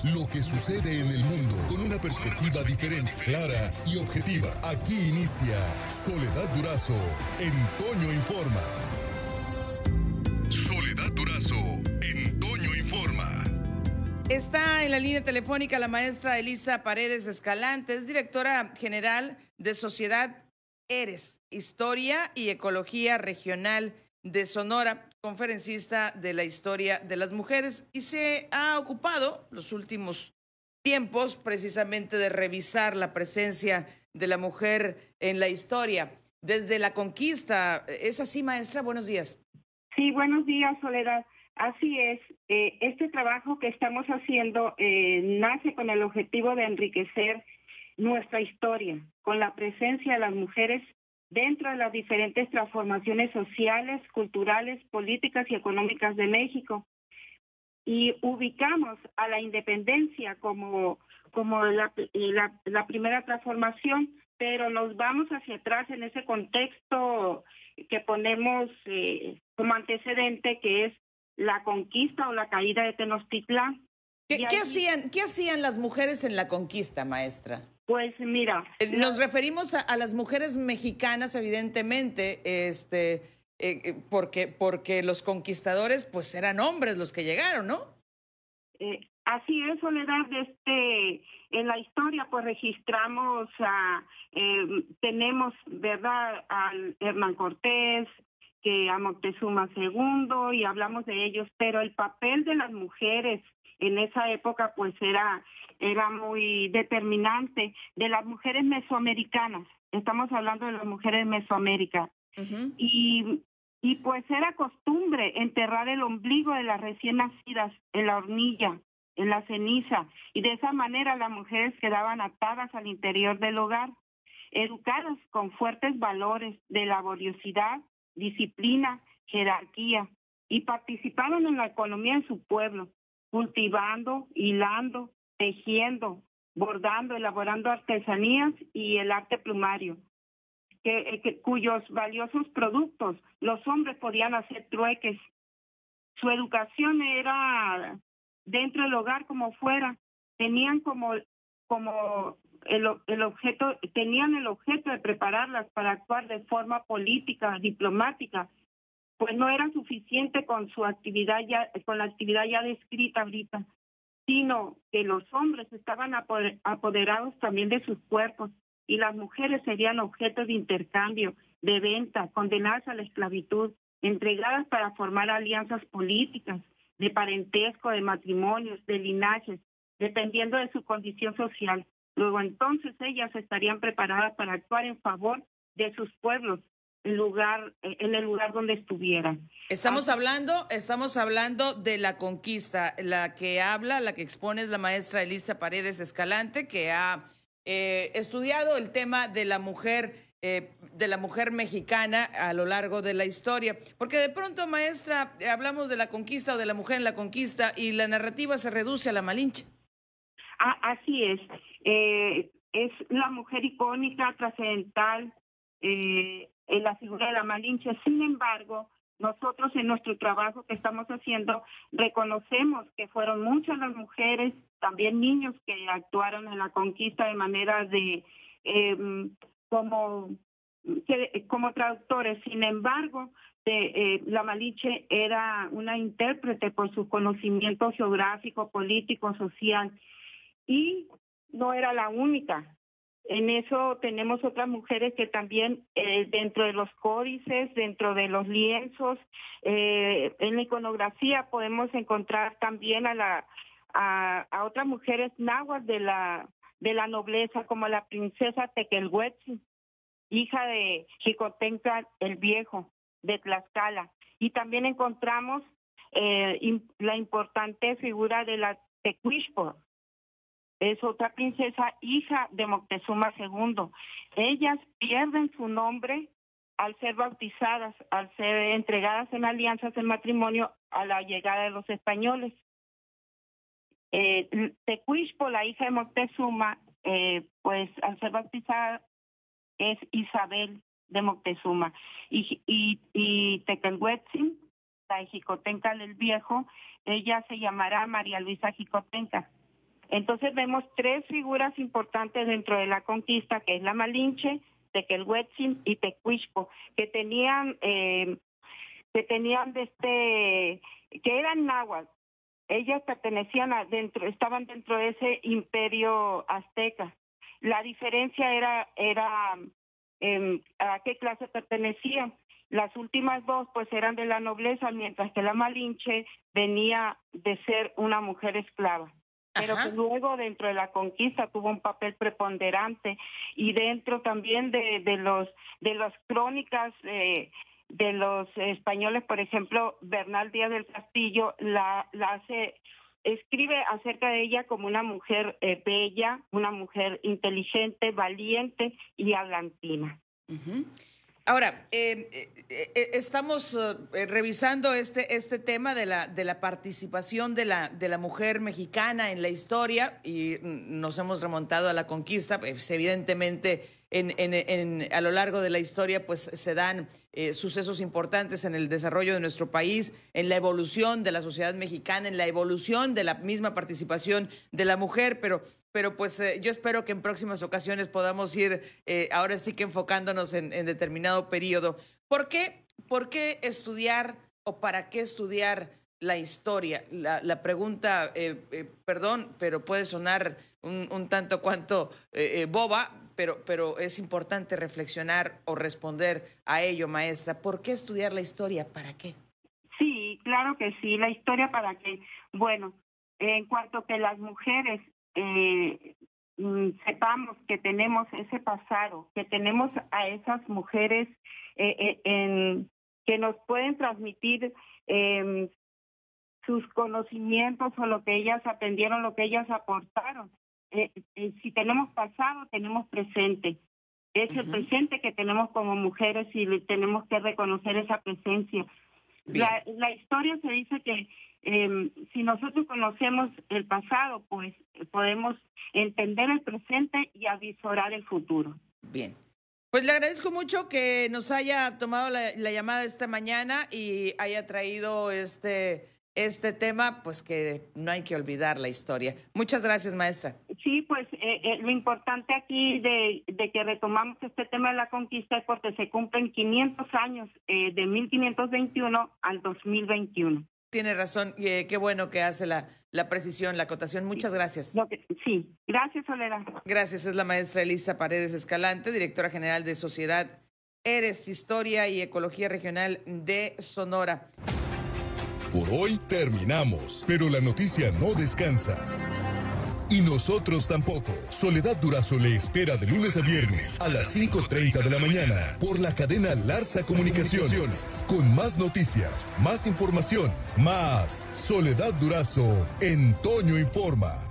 lo que sucede en el mundo con una perspectiva diferente, clara y objetiva. Aquí inicia Soledad Durazo en Toño Informa. Soledad Durazo en Toño Informa. Está en la línea telefónica la maestra Elisa Paredes Escalante, es directora general de Sociedad ERES, Historia y Ecología Regional de Sonora, conferencista de la historia de las mujeres, y se ha ocupado los últimos tiempos precisamente de revisar la presencia de la mujer en la historia desde la conquista. ¿Es así, maestra? Buenos días. Sí, buenos días, Soledad. Así es. Este trabajo que estamos haciendo nace con el objetivo de enriquecer nuestra historia, con la presencia de las mujeres dentro de las diferentes transformaciones sociales, culturales, políticas y económicas de México. Y ubicamos a la independencia como la primera transformación, pero nos vamos hacia atrás en ese contexto que ponemos como antecedente, que es la conquista o la caída de Tenochtitlán. ¿Qué hacían las mujeres en la conquista, maestra? Pues mira, nos referimos a las mujeres mexicanas, evidentemente, porque los conquistadores pues eran hombres los que llegaron, ¿no? Así es, Soledad. En la historia pues registramos tenemos, ¿verdad?, a Hernán Cortés, que a Moctezuma II, y hablamos de ellos, pero el papel de las mujeres en esa época pues era muy determinante. De las mujeres mesoamericanas, estamos hablando de las mujeres de Mesoamérica, y pues era costumbre enterrar el ombligo de las recién nacidas en la hornilla, en la ceniza, y de esa manera las mujeres quedaban atadas al interior del hogar, educadas con fuertes valores de laboriosidad, disciplina, jerarquía, y participaron en la economía de su pueblo, cultivando, hilando, tejiendo, bordando, elaborando artesanías y el arte plumario, cuyos valiosos productos los hombres podían hacer trueques. Su educación era dentro del hogar como fuera. Tenían el objeto de prepararlas para actuar de forma política, diplomática, pues no era suficiente con la actividad ya descrita ahorita, sino que los hombres estaban apoderados también de sus cuerpos, y las mujeres serían objeto de intercambio, de venta, condenadas a la esclavitud, entregadas para formar alianzas políticas, de parentesco, de matrimonios, de linajes, dependiendo de su condición social. Luego entonces ellas estarían preparadas para actuar en favor de sus pueblos, en el lugar donde estuvieran. Estamos hablando de la conquista. La que expone es la maestra Elisa Paredes Escalante, que ha estudiado el tema de la mujer mexicana a lo largo de la historia. Porque de pronto, maestra, hablamos de la conquista o de la mujer en la conquista y la narrativa se reduce a la Malinche. Así es. Es la mujer icónica, trascendental, en la figura de la Malinche. Sin embargo, nosotros en nuestro trabajo que estamos haciendo reconocemos que fueron muchas las mujeres, también niños, que actuaron en la conquista de manera como traductores. Sin embargo, la Malinche era una intérprete por su conocimiento geográfico, político, social, y no era la única. En eso tenemos otras mujeres que también dentro de los códices, dentro de los lienzos, en la iconografía podemos encontrar también a otras mujeres náhuatl de la nobleza, como la princesa Tequelhuetzin, hija de Xicotenca el Viejo de Tlaxcala. Y también encontramos la importante figura de la Tecuixpo. Es otra princesa, hija de Moctezuma II. Ellas pierden su nombre al ser bautizadas, al ser entregadas en alianzas en matrimonio a la llegada de los españoles. Tecuixpo, la hija de Moctezuma, pues al ser bautizada es Isabel de Moctezuma. Y Tequelhuetzin, la de Xicotenca el Viejo, ella se llamará María Luisa Xicotenca. Entonces vemos tres figuras importantes dentro de la conquista, que es la Malinche, Tequelhuetzin y Tecuixco, que eran náhuatl. Ellas estaban dentro de ese imperio azteca. La diferencia era a qué clase pertenecían. Las últimas dos pues eran de la nobleza, mientras que la Malinche venía de ser una mujer esclava. Pero que luego dentro de la conquista tuvo un papel preponderante, y dentro también de las crónicas de los españoles, por ejemplo, Bernal Díaz del Castillo escribe acerca de ella como una mujer bella, una mujer inteligente, valiente y hablantina. Uh-huh. Ahora, estamos revisando este tema de la participación de la mujer mexicana en la historia, y nos hemos remontado a la conquista. Pues, evidentemente, a lo largo de la historia pues se dan sucesos importantes en el desarrollo de nuestro país, en la evolución de la sociedad mexicana, en la evolución de la misma participación de la mujer, pero pues yo espero que en próximas ocasiones podamos ir ahora sí que enfocándonos en determinado periodo. ¿Por qué estudiar o para qué estudiar la historia? La pregunta, perdón, pero puede sonar un tanto cuanto boba, pero es importante reflexionar o responder a ello, maestra. ¿Por qué estudiar la historia? ¿Para qué? Sí, claro que sí. La historia, ¿para qué? Bueno, en cuanto que las mujeres sepamos que tenemos ese pasado, que tenemos a esas mujeres que nos pueden transmitir sus conocimientos o lo que ellas aprendieron, lo que ellas aportaron. Si tenemos pasado, tenemos presente. Es el presente que tenemos como mujeres y tenemos que reconocer esa presencia. La historia se dice que si nosotros conocemos el pasado, pues podemos entender el presente y avisorar el futuro. Bien. Pues le agradezco mucho que nos haya tomado la llamada esta mañana y haya traído este tema, pues que no hay que olvidar la historia. Muchas gracias, maestra. Sí, pues lo importante aquí de que retomamos este tema de la conquista es porque se cumplen 500 años de 1521 al 2021. Tiene razón, qué bueno que hace la precisión, la acotación. Muchas gracias. Sí, gracias, Soledad. Gracias, es la maestra Elisa Paredes Escalante, directora general de Sociedad Eres, Historia y Ecología Regional de Sonora. Por hoy terminamos, pero la noticia no descansa. Y nosotros tampoco. Soledad Durazo le espera de lunes a viernes a las 5:30 de la mañana por la cadena Larsa Comunicaciones. Con más noticias, más información, más Soledad Durazo en Toño Informa.